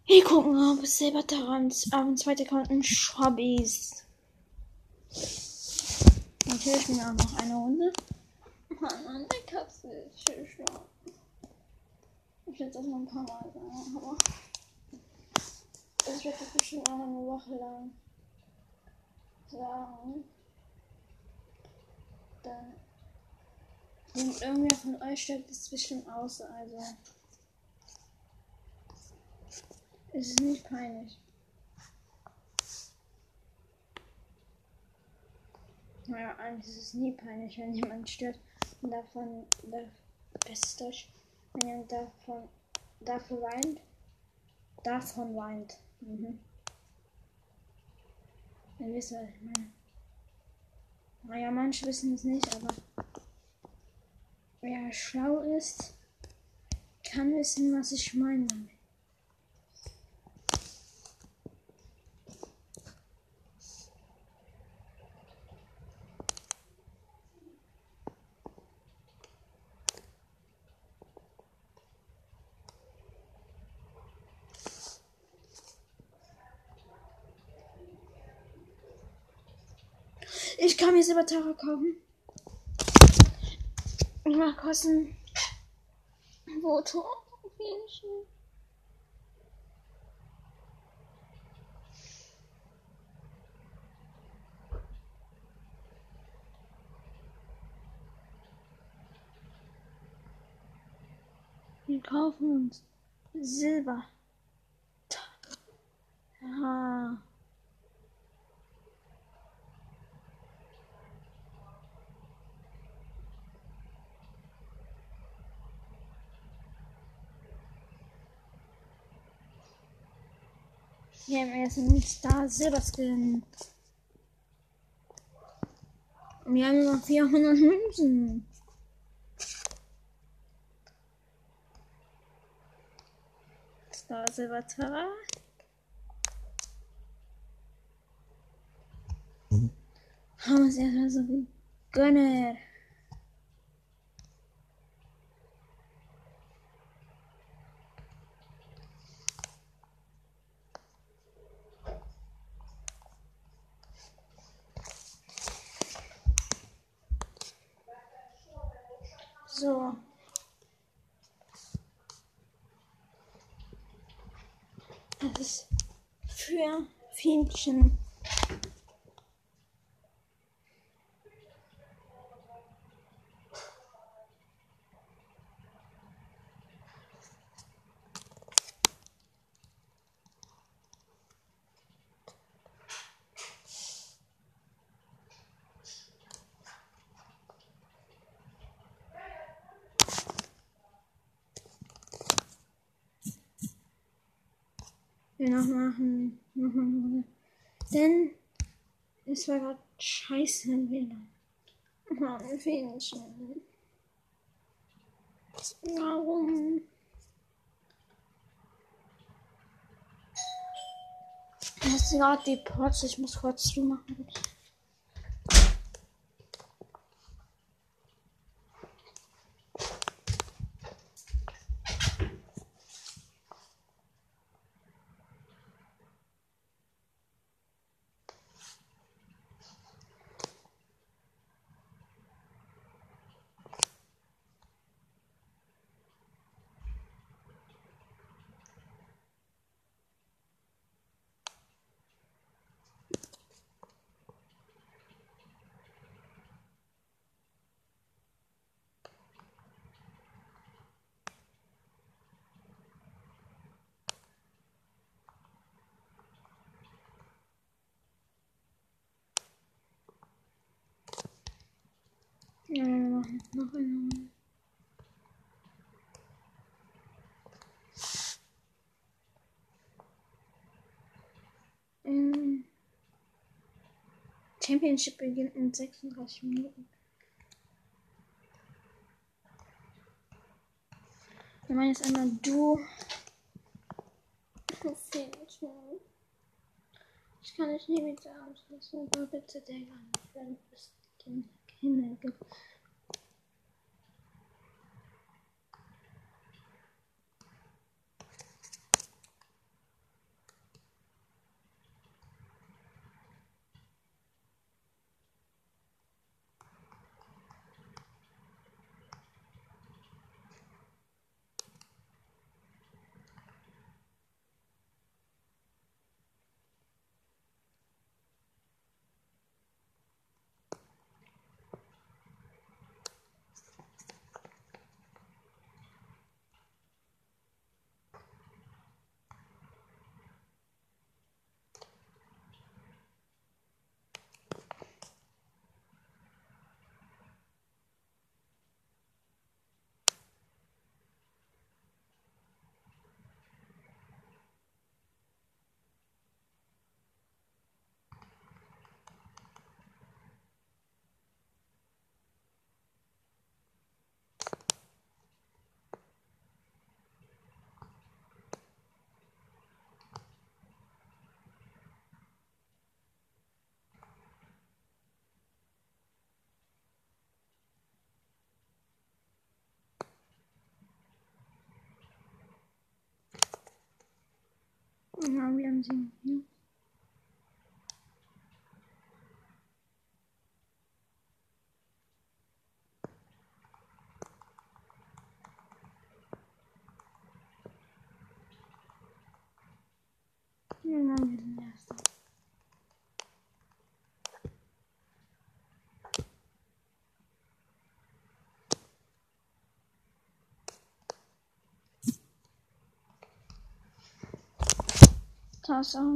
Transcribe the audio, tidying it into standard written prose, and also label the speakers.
Speaker 1: Wir gucken, ob es Silbertarans am zweiten Account ein Shop ist. Natürlich spielen wir auch noch eine Runde. Mann, die Katze ist schön schlau. Ich werde das noch ein paar Mal sagen, aber ich werde das bestimmt auch eine Woche lang sagen. Dann irgendwer von euch stellt es bestimmt aus, also es ist nicht peinlich. Naja, eigentlich ist es nie peinlich, wenn jemand stört und bestes Deutsch, wenn jemand davon weint. Ihr wisst, was ich meine. Naja, manche wissen es nicht, aber wer schlau ist, kann wissen, was ich meine damit. Ich kann mir Silbertara kaufen. Ich mach Kosten. Voto. Wir kaufen uns Silber. Ah. Wir haben jetzt einen Star Silberskin. Wir haben noch 400 Münzen. Star Silbertara. Haben wir es erstmal so wie Gönner. So. Das ist für Fienchen. Wir noch machen. Denn es war gerade scheiße im WLAN. Oh, Fienchen. Warum? Das ist gerade die Pots. Ich muss kurz zumachen. Ja, wir machen noch eine. Championship beginnt in 36 Minuten. Wir machen jetzt einmal Duo. Ich kann dich nie wieder auslassen, aber bitte denke an mich, wenn es Kinder gibt. Ah, wir haben sie hier. Ja, dann haben wir den ersten. Tasse.